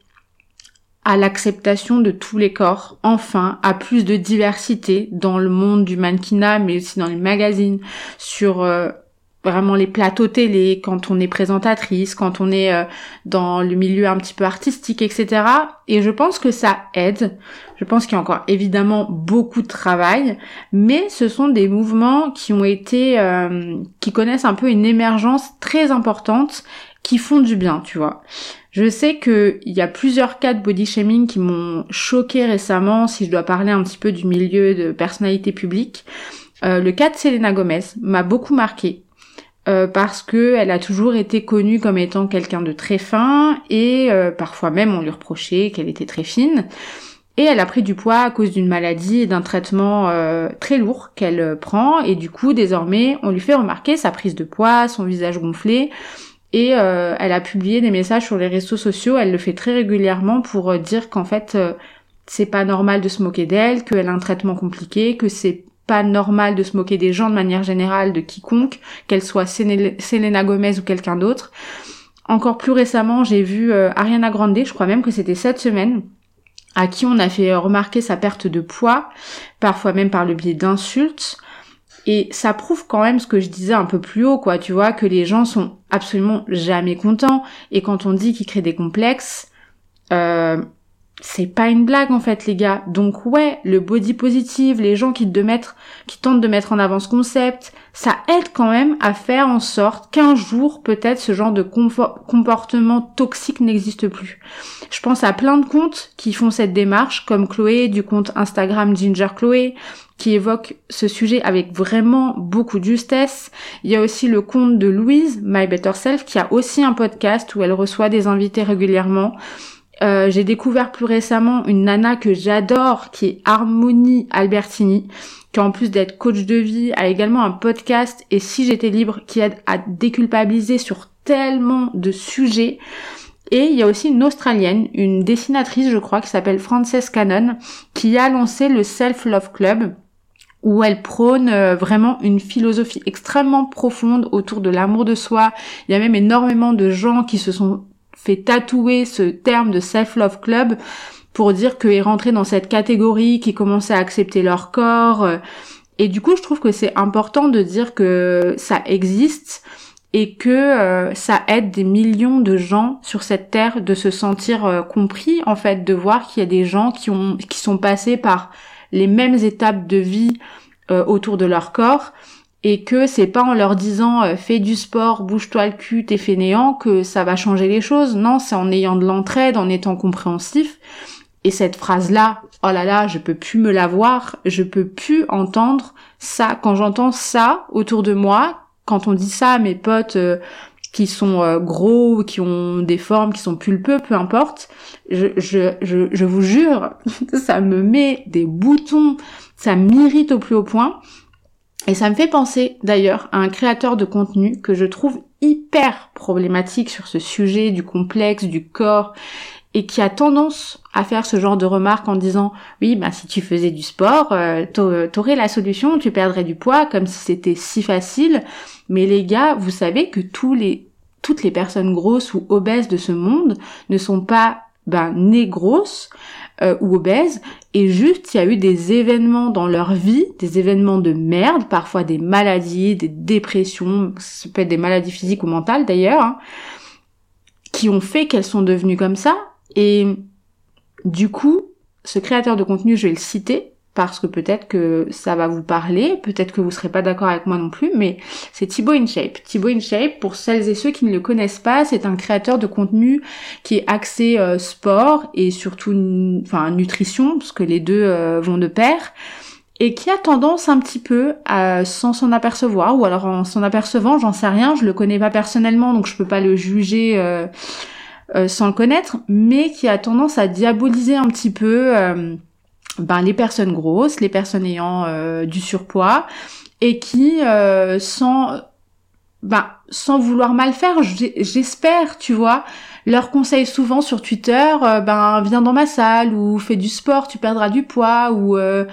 S1: à l'acceptation de tous les corps, enfin, à plus de diversité dans le monde du mannequinat, mais aussi dans les magazines, sur euh, vraiment les plateaux télé, quand on est présentatrice, quand on est euh, dans le milieu un petit peu artistique, et cetera. Et je pense que ça aide. Je pense qu'il y a encore évidemment beaucoup de travail, mais ce sont des mouvements qui ont été, euh, qui connaissent un peu une émergence très importante, qui font du bien, tu vois. Je sais que il y a plusieurs cas de body shaming qui m'ont choqué récemment, si je dois parler un petit peu du milieu de personnalité publique. Euh, le cas de Selena Gomez m'a beaucoup marqué. Euh, parce que elle a toujours été connue comme étant quelqu'un de très fin et euh, parfois même on lui reprochait qu'elle était très fine. Et elle a pris du poids à cause d'une maladie et d'un traitement euh, très lourd qu'elle euh, prend et du coup désormais on lui fait remarquer sa prise de poids, son visage gonflé. Et euh, elle a publié des messages sur les réseaux sociaux, elle le fait très régulièrement pour euh, dire qu'en fait euh, c'est pas normal de se moquer d'elle, qu'elle a un traitement compliqué, que c'est pas normal de se moquer des gens de manière générale, de quiconque, qu'elle soit Selena Gomez ou quelqu'un d'autre. Encore plus récemment, j'ai vu euh, Ariana Grande, je crois même que c'était cette semaine, à qui on a fait remarquer sa perte de poids, parfois même par le biais d'insultes. Et ça prouve quand même ce que je disais un peu plus haut, quoi, tu vois, que les gens sont absolument jamais contents. Et quand on dit qu'ils créent des complexes, euh, c'est pas une blague en fait les gars. Donc ouais, le body positive, les gens qui te mettent, qui tentent de mettre en avant ce concept, ça aide quand même à faire en sorte qu'un jour peut-être ce genre de confort, comportement toxique n'existe plus. Je pense à plein de comptes qui font cette démarche, comme Chloé du compte Instagram Ginger Chloé, qui évoque ce sujet avec vraiment beaucoup de justesse. Il y a aussi le compte de Louise, My Better Self, qui a aussi un podcast où elle reçoit des invités régulièrement. Euh, j'ai découvert plus récemment une nana que j'adore, qui est Harmonie Albertini, qui en plus d'être coach de vie, a également un podcast, et Si j'étais libre, qui aide à déculpabiliser sur tellement de sujets. Et il y a aussi une Australienne, une dessinatrice je crois, qui s'appelle Frances Cannon, qui a lancé le Self Love Club, où elle prône euh, vraiment une philosophie extrêmement profonde autour de l'amour de soi. Il y a même énormément de gens qui se sont fait tatouer ce terme de Self-Love Club pour dire qu'ils rentraient dans cette catégorie, qui commençaient à accepter leur corps. Et du coup, je trouve que c'est important de dire que ça existe et que euh, ça aide des millions de gens sur cette terre de se sentir euh, compris, en fait, de voir qu'il y a des gens qui ont qui sont passés par les mêmes étapes de vie euh, autour de leur corps, et que c'est pas en leur disant euh, fais du sport, bouge-toi le cul, t'es fainéant que ça va changer les choses. Non, c'est en ayant de l'entraide, en étant compréhensif. Et cette phrase-là, oh là là, je peux plus me la voir, je peux plus entendre ça. Quand j'entends ça autour de moi, quand on dit ça à mes potes euh, qui sont euh, gros, qui ont des formes, qui sont pulpeux, peu importe, je, je, je, je vous jure, ça me met des boutons, ça m'irrite au plus haut point. Et ça me fait penser d'ailleurs à un créateur de contenu que je trouve hyper problématique sur ce sujet du complexe, du corps, et qui a tendance à faire ce genre de remarques en disant « Oui, bah si tu faisais du sport, euh, t'aurais la solution, tu perdrais du poids, comme si c'était si facile. » Mais les gars, vous savez que tous les, toutes les personnes grosses ou obèses de ce monde ne sont pas ben, nées grosses, Euh, ou obèses, et juste il y a eu des événements dans leur vie, des événements de merde, parfois des maladies, des dépressions, ça peut être des maladies physiques ou mentales d'ailleurs, hein, qui ont fait qu'elles sont devenues comme ça. Et du coup, ce créateur de contenu, je vais le citer, parce que peut-être que ça va vous parler, peut-être que vous serez pas d'accord avec moi non plus, mais c'est Thibaut InShape. Thibaut InShape, pour celles et ceux qui ne le connaissent pas, c'est un créateur de contenu qui est axé euh, sport et surtout enfin nutrition, parce que les deux euh, vont de pair, et qui a tendance un petit peu à, sans s'en apercevoir, ou alors en s'en apercevant, j'en sais rien, je le connais pas personnellement, donc je peux pas le juger euh, euh, sans le connaître, mais qui a tendance à diaboliser un petit peu euh, ben les personnes grosses, les personnes ayant euh, du surpoids, et qui euh, sans ben sans vouloir mal faire, j'espère, tu vois, leur conseille souvent sur Twitter euh, ben viens dans ma salle, ou fais du sport, tu perdras du poids, ou euh,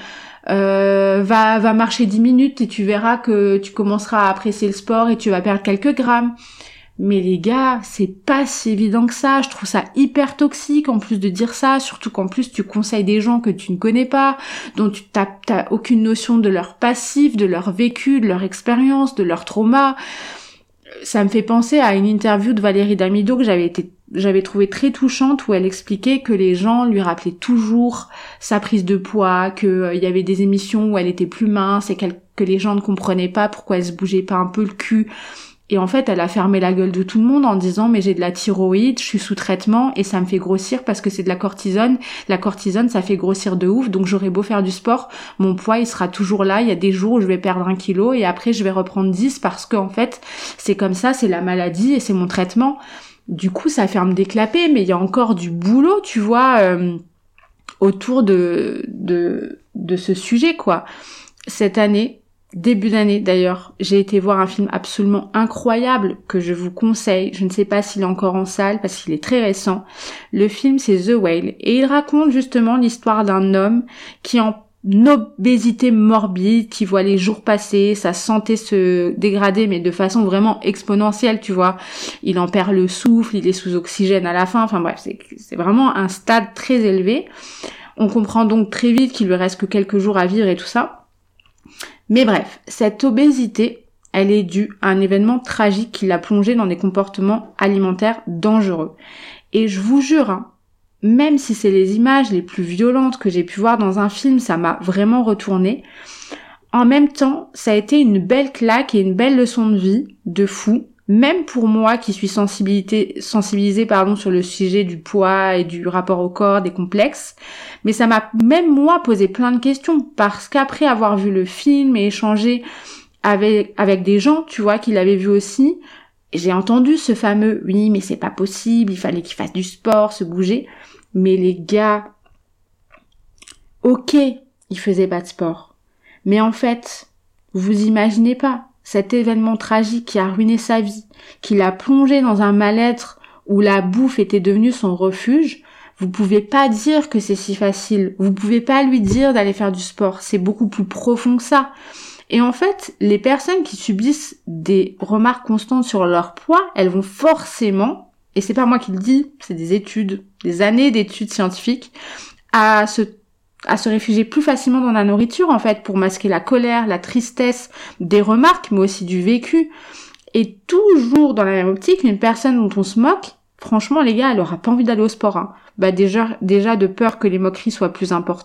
S1: euh, va va marcher dix minutes et tu verras que tu commenceras à apprécier le sport et tu vas perdre quelques grammes. Mais les gars, c'est pas si évident que ça, je trouve ça hyper toxique en plus de dire ça, surtout qu'en plus tu conseilles des gens que tu ne connais pas, dont tu t'as, t'as aucune notion de leur passif, de leur vécu, de leur expérience, de leur trauma. Ça me fait penser à une interview de Valérie Damido que j'avais été j'avais trouvé très touchante, où elle expliquait que les gens lui rappelaient toujours sa prise de poids, qu'il euh, y avait des émissions où elle était plus mince et qu'elle, que les gens ne comprenaient pas pourquoi elle se bougeait pas un peu le cul. Et en fait, elle a fermé la gueule de tout le monde en disant « mais j'ai de la thyroïde, je suis sous traitement et ça me fait grossir parce que c'est de la cortisone. La cortisone, ça fait grossir de ouf, donc j'aurais beau faire du sport, mon poids, il sera toujours là. Il y a des jours où je vais perdre un kilo et après, je vais reprendre dix parce que en fait, c'est comme ça, c'est la maladie et c'est mon traitement. » Du coup, ça ferme des clapets, mais il y a encore du boulot, tu vois, euh, autour de, de, de ce sujet, quoi. Cette année, début d'année d'ailleurs, j'ai été voir un film absolument incroyable que je vous conseille. Je ne sais pas s'il est encore en salle parce qu'il est très récent. Le film, c'est The Whale, et il raconte justement l'histoire d'un homme qui est en obésité morbide, qui voit les jours passer, sa santé se dégrader, mais de façon vraiment exponentielle, tu vois. Il en perd le souffle, il est sous oxygène à la fin, enfin bref, c'est, c'est vraiment un stade très élevé. On comprend donc très vite qu'il lui reste que quelques jours à vivre et tout ça. Mais bref, cette obésité, elle est due à un événement tragique qui l'a plongé dans des comportements alimentaires dangereux. Et je vous jure, hein, même si c'est les images les plus violentes que j'ai pu voir dans un film, ça m'a vraiment retourné. En même temps, ça a été une belle claque et une belle leçon de vie, de fou, même pour moi qui suis sensibilisée, sensibilisée pardon, sur le sujet du poids et du rapport au corps, des complexes. Mais ça m'a même moi posé plein de questions, parce qu'après avoir vu le film et échangé avec, avec des gens, tu vois, qui l'avaient vu aussi, j'ai entendu ce fameux « oui, mais c'est pas possible, il fallait qu'il fasse du sport, se bouger ». Mais les gars, ok, il faisait pas de sport. Mais en fait, vous imaginez pas, cet événement tragique qui a ruiné sa vie, qui l'a plongé dans un mal-être où la bouffe était devenue son refuge, vous pouvez pas dire que c'est si facile. Vous pouvez pas lui dire d'aller faire du sport. C'est beaucoup plus profond que ça. Et en fait, les personnes qui subissent des remarques constantes sur leur poids, elles vont forcément, et c'est pas moi qui le dis, c'est des études, des années d'études scientifiques, à se, à se réfugier plus facilement dans la nourriture, en fait, pour masquer la colère, la tristesse, des remarques, mais aussi du vécu. Et toujours dans la même optique, une personne dont on se moque, franchement, les gars, elle aura pas envie d'aller au sport, hein. Bah, déjà, déjà de peur que les moqueries soient plus importantes,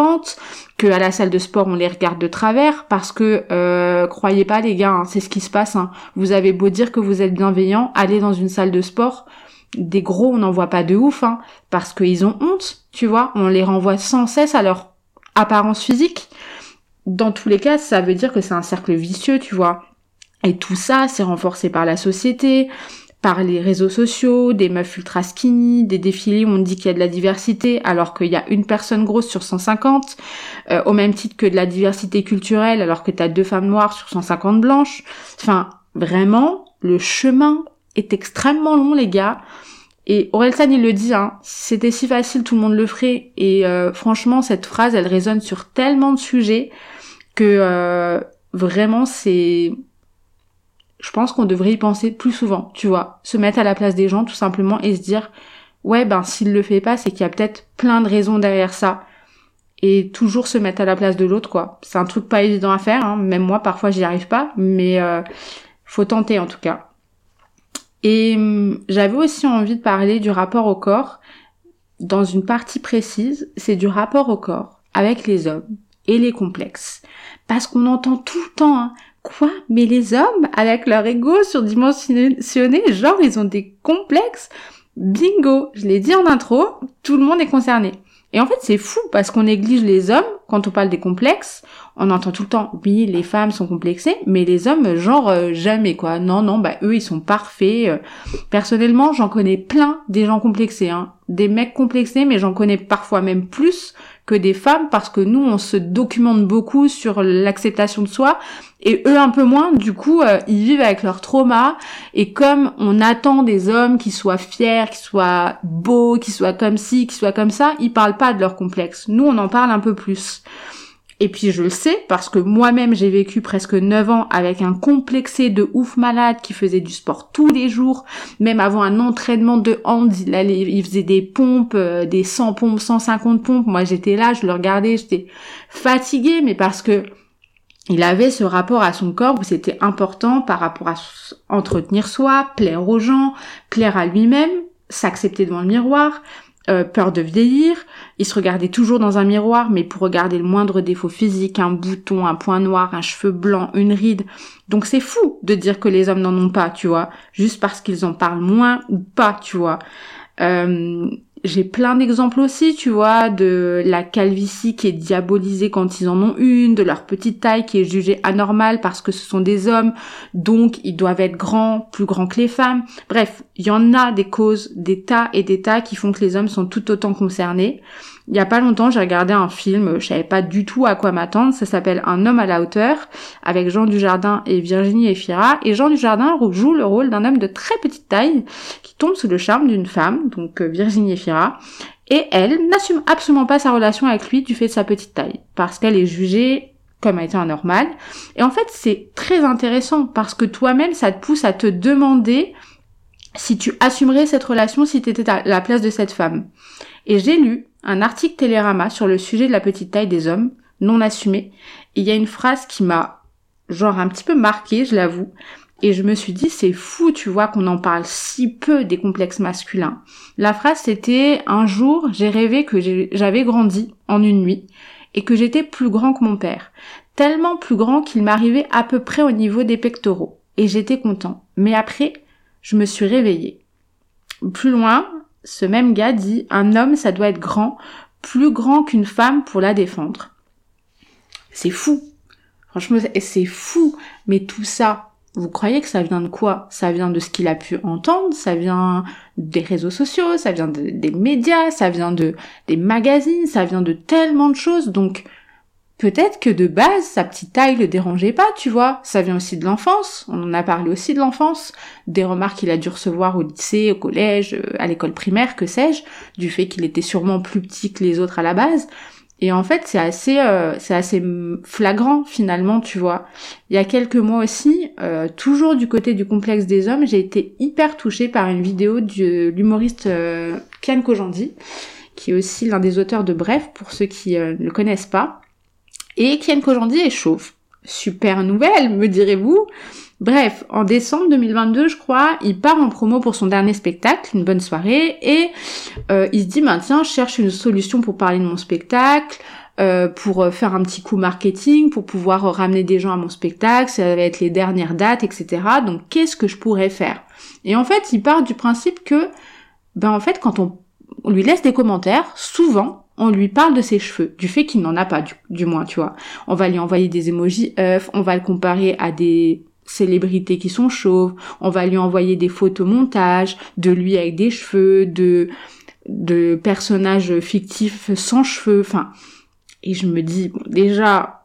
S1: que à la salle de sport on les regarde de travers, parce que euh, croyez pas les gars, hein, c'est ce qui se passe, hein. Vous avez beau dire que vous êtes bienveillant, allez dans une salle de sport, des gros on n'en voit pas de ouf, hein, parce qu'ils ont honte, tu vois, on les renvoie sans cesse à leur apparence physique. Dans tous les cas, ça veut dire que c'est un cercle vicieux, tu vois, et tout ça c'est renforcé par la société, par les réseaux sociaux, des meufs ultra skinny, des défilés où on dit qu'il y a de la diversité alors qu'il y a une personne grosse sur cent cinquante, euh, au même titre que de la diversité culturelle alors que t'as deux femmes noires sur cent cinquante blanches. Enfin, vraiment, le chemin est extrêmement long, les gars. Et Orelsan, il le dit, hein, si c'était si facile, tout le monde le ferait. Et euh, franchement, cette phrase, elle résonne sur tellement de sujets que euh, vraiment, c'est... Je pense qu'on devrait y penser plus souvent, tu vois, se mettre à la place des gens tout simplement et se dire ouais ben s'il le fait pas c'est qu'il y a peut-être plein de raisons derrière ça, et toujours se mettre à la place de l'autre quoi. C'est un truc pas évident à faire, hein. Même moi parfois j'y arrive pas, mais euh, faut tenter en tout cas. Et hum, j'avais aussi envie de parler du rapport au corps dans une partie précise, c'est du rapport au corps avec les hommes et les complexes, parce qu'on entend tout le temps hein, quoi? Mais les hommes, avec leur ego surdimensionné, genre ils ont des complexes? Bingo! Je l'ai dit en intro, tout le monde est concerné. Et en fait, c'est fou, parce qu'on néglige les hommes, quand on parle des complexes, on entend tout le temps, oui, les femmes sont complexées, mais les hommes, genre, euh, jamais, quoi. Non, non, bah, eux, ils sont parfaits. Personnellement, j'en connais plein des gens complexés, hein. Des mecs complexés, mais j'en connais parfois même plus que des femmes, parce que nous, on se documente beaucoup sur l'acceptation de soi, et eux un peu moins. Du coup, euh, ils vivent avec leur trauma, et comme on attend des hommes qui soient fiers, qui soient beaux, qui soient comme ci, qui soient comme ça, ils parlent pas de leur complexe. Nous, on en parle un peu plus. Et puis je le sais, parce que moi-même j'ai vécu presque neuf ans avec un complexé de ouf malade qui faisait du sport tous les jours, même avant un entraînement de hand, il, allait, il faisait des pompes, euh, des cent pompes, cent cinquante pompes, moi j'étais là, je le regardais, j'étais fatiguée, mais parce que il avait ce rapport à son corps où c'était important par rapport à entretenir soi, plaire aux gens, plaire à lui-même, s'accepter devant le miroir, Euh, peur de vieillir, il se regardait toujours dans un miroir, mais pour regarder le moindre défaut physique, un bouton, un point noir, un cheveu blanc, une ride. Donc c'est fou de dire que les hommes n'en ont pas, tu vois, juste parce qu'ils en parlent moins ou pas, tu vois. Euh, j'ai plein d'exemples aussi, tu vois, de la calvitie qui est diabolisée quand ils en ont une, de leur petite taille qui est jugée anormale parce que ce sont des hommes, donc ils doivent être grands, plus grands que les femmes. Bref, il y en a des causes, des tas et des tas qui font que les hommes sont tout autant concernés. Il y a pas longtemps, j'ai regardé un film, je savais pas du tout à quoi m'attendre, ça s'appelle Un homme à la hauteur, avec Jean Dujardin et Virginie Efira, et Jean Dujardin joue le rôle d'un homme de très petite taille, qui tombe sous le charme d'une femme, donc Virginie Efira, et elle n'assume absolument pas sa relation avec lui du fait de sa petite taille, parce qu'elle est jugée comme étant anormale. Et en fait, c'est très intéressant, parce que toi-même, ça te pousse à te demander si tu assumerais cette relation si tu étais à la place de cette femme. Et j'ai lu un article Télérama sur le sujet de la petite taille des hommes non assumés. Et il y a une phrase qui m'a, genre, un petit peu marquée, je l'avoue. Et je me suis dit, c'est fou, tu vois, qu'on en parle si peu des complexes masculins. La phrase, c'était, un jour, j'ai rêvé que j'ai, j'avais grandi en une nuit et que j'étais plus grand que mon père. Tellement plus grand qu'il m'arrivait à peu près au niveau des pectoraux. Et j'étais content. Mais après, je me suis réveillée. Plus loin, ce même gars dit, un homme, ça doit être grand, plus grand qu'une femme pour la défendre. C'est fou. Franchement, c'est fou. Mais tout ça, vous croyez que ça vient de quoi? Ça vient de ce qu'il a pu entendre, ça vient des réseaux sociaux, ça vient de, des médias, ça vient de des magazines, ça vient de tellement de choses. Donc, peut-être que de base, sa petite taille le dérangeait pas, tu vois. Ça vient aussi de l'enfance. On en a parlé aussi de l'enfance. Des remarques qu'il a dû recevoir au lycée, au collège, à l'école primaire, que sais-je, du fait qu'il était sûrement plus petit que les autres à la base. Et en fait, c'est assez, euh, c'est assez flagrant finalement, tu vois. Il y a quelques mois aussi, euh, toujours du côté du complexe des hommes, j'ai été hyper touchée par une vidéo de l'humoriste euh, Kian Kojandi, qui est aussi l'un des auteurs de Bref, pour ceux qui euh, ne le connaissent pas. Et Kian Kojandi est chauve. Super nouvelle, me direz-vous. Bref, en décembre deux mille vingt-deux, je crois, il part en promo pour son dernier spectacle, une bonne soirée, et euh, il se dit, bah, tiens, je cherche une solution pour parler de mon spectacle, euh, pour faire un petit coup marketing, pour pouvoir ramener des gens à mon spectacle, ça va être les dernières dates, et cetera. Donc, qu'est-ce que je pourrais faire? Et en fait, il part du principe que, ben en fait, quand on, on lui laisse des commentaires, souvent, on lui parle de ses cheveux, du fait qu'il n'en a pas, du, du moins, tu vois. On va lui envoyer des emojis œufs, on va le comparer à des célébrités qui sont chauves, on va lui envoyer des photomontages de lui avec des cheveux, de de personnages fictifs sans cheveux, enfin, et je me dis, bon, déjà,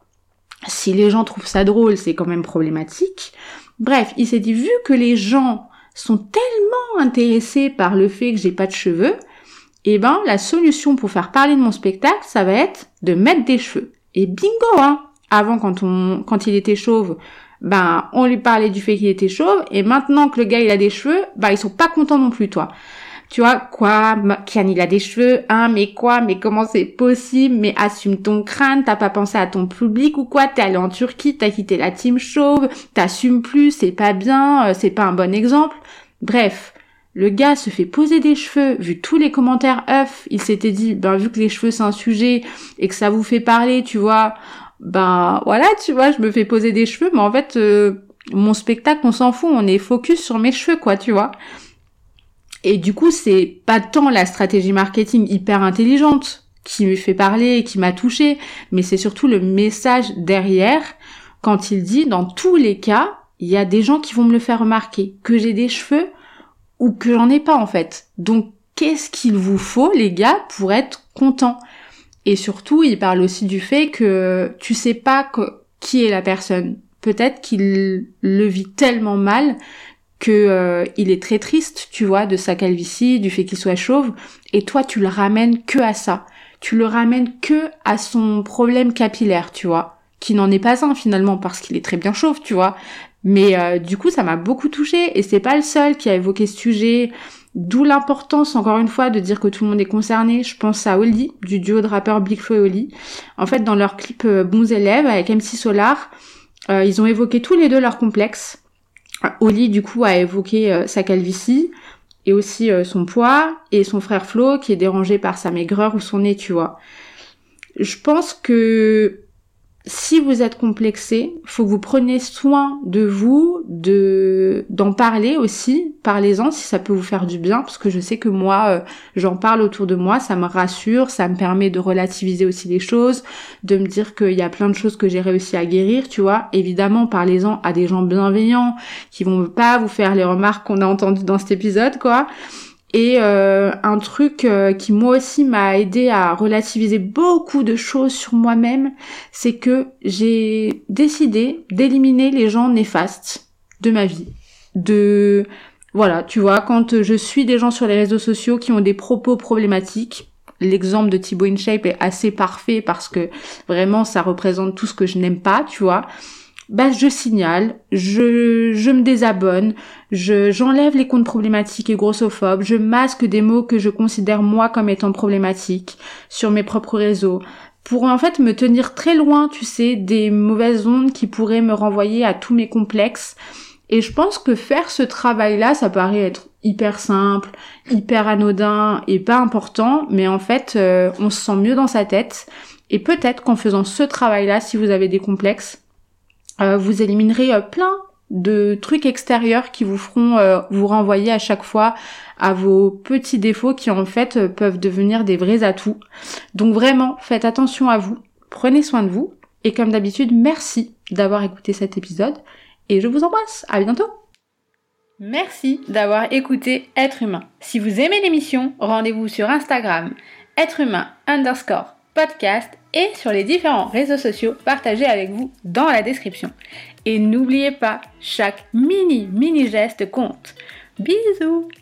S1: si les gens trouvent ça drôle, c'est quand même problématique. Bref, il s'est dit, vu que les gens sont tellement intéressés par le fait que j'ai pas de cheveux, eh ben, la solution pour faire parler de mon spectacle, ça va être de mettre des cheveux. Et bingo, hein! Avant, quand on, quand il était chauve, ben, on lui parlait du fait qu'il était chauve, et maintenant que le gars, il a des cheveux, ben, ils sont pas contents non plus, toi. Tu vois, quoi, Kian, il a des cheveux, hein, mais quoi, mais comment c'est possible, mais assume ton crâne, t'as pas pensé à ton public ou quoi, t'es allé en Turquie, t'as quitté la team chauve, t'assumes plus, c'est pas bien, euh, c'est pas un bon exemple. Bref. Le gars se fait poser des cheveux, vu tous les commentaires œufs, il s'était dit, ben, vu que les cheveux c'est un sujet, et que ça vous fait parler, tu vois, ben, voilà, tu vois, je me fais poser des cheveux, mais en fait, euh, mon spectacle, on s'en fout, on est focus sur mes cheveux, quoi, tu vois. Et du coup, c'est pas tant la stratégie marketing hyper intelligente qui me fait parler et qui m'a touchée, mais c'est surtout le message derrière, quand il dit, dans tous les cas, il y a des gens qui vont me le faire remarquer, que j'ai des cheveux, ou que j'en ai pas en fait. Donc qu'est-ce qu'il vous faut les gars pour être content? Et surtout, il parle aussi du fait que tu sais pas que, qui est la personne. Peut-être qu'il le vit tellement mal que euh, il est très triste, tu vois, de sa calvitie, du fait qu'il soit chauve, et toi tu le ramènes que à ça. Tu le ramènes que à son problème capillaire, tu vois, qui n'en est pas un finalement parce qu'il est très bien chauve, tu vois. Mais euh, du coup, ça m'a beaucoup touchée et c'est pas le seul qui a évoqué ce sujet, d'où l'importance, encore une fois, de dire que tout le monde est concerné. Je pense à Oli, du duo de rappeurs Big Flo et Oli. En fait, dans leur clip euh, Bons élèves, avec M C Solar, euh, ils ont évoqué tous les deux leurs complexes. Oli, du coup, a évoqué euh, sa calvitie et aussi euh, son poids, et son frère Flo, qui est dérangé par sa maigreur ou son nez, tu vois. Je pense que si vous êtes complexé, faut que vous preniez soin de vous, de d'en parler aussi, parlez-en si ça peut vous faire du bien, parce que je sais que moi, euh, j'en parle autour de moi, ça me rassure, ça me permet de relativiser aussi les choses, de me dire qu'il y a plein de choses que j'ai réussi à guérir, tu vois. Évidemment, parlez-en à des gens bienveillants, qui vont pas vous faire les remarques qu'on a entendues dans cet épisode, quoi. Et euh, un truc euh, qui moi aussi m'a aidé à relativiser beaucoup de choses sur moi-même, c'est que j'ai décidé d'éliminer les gens néfastes de ma vie. De voilà, tu vois, quand je suis des gens sur les réseaux sociaux qui ont des propos problématiques, l'exemple de Thibaut InShape est assez parfait parce que vraiment ça représente tout ce que je n'aime pas, tu vois. Bah, je signale, je, je me désabonne, je, j'enlève les comptes problématiques et grossophobes, je masque des mots que je considère moi comme étant problématiques sur mes propres réseaux, pour en fait me tenir très loin, tu sais, des mauvaises ondes qui pourraient me renvoyer à tous mes complexes Et je pense que faire ce travail-là, ça paraît être hyper simple, hyper anodin et pas important, mais en fait, euh, on se sent mieux dans sa tête. Et peut-être qu'en faisant ce travail-là, si vous avez des complexes, euh, vous éliminerez euh, plein de trucs extérieurs qui vous feront euh, vous renvoyer à chaque fois à vos petits défauts qui en fait euh, peuvent devenir des vrais atouts. Donc vraiment, faites attention à vous, prenez soin de vous, et comme d'habitude, merci d'avoir écouté cet épisode, et je vous embrasse, à bientôt. Merci d'avoir écouté Être Humain. Si vous aimez l'émission, rendez-vous sur Instagram, être humain underscore podcast, et sur les différents réseaux sociaux partagés avec vous dans la description. Et n'oubliez pas, chaque mini mini geste compte. Bisous!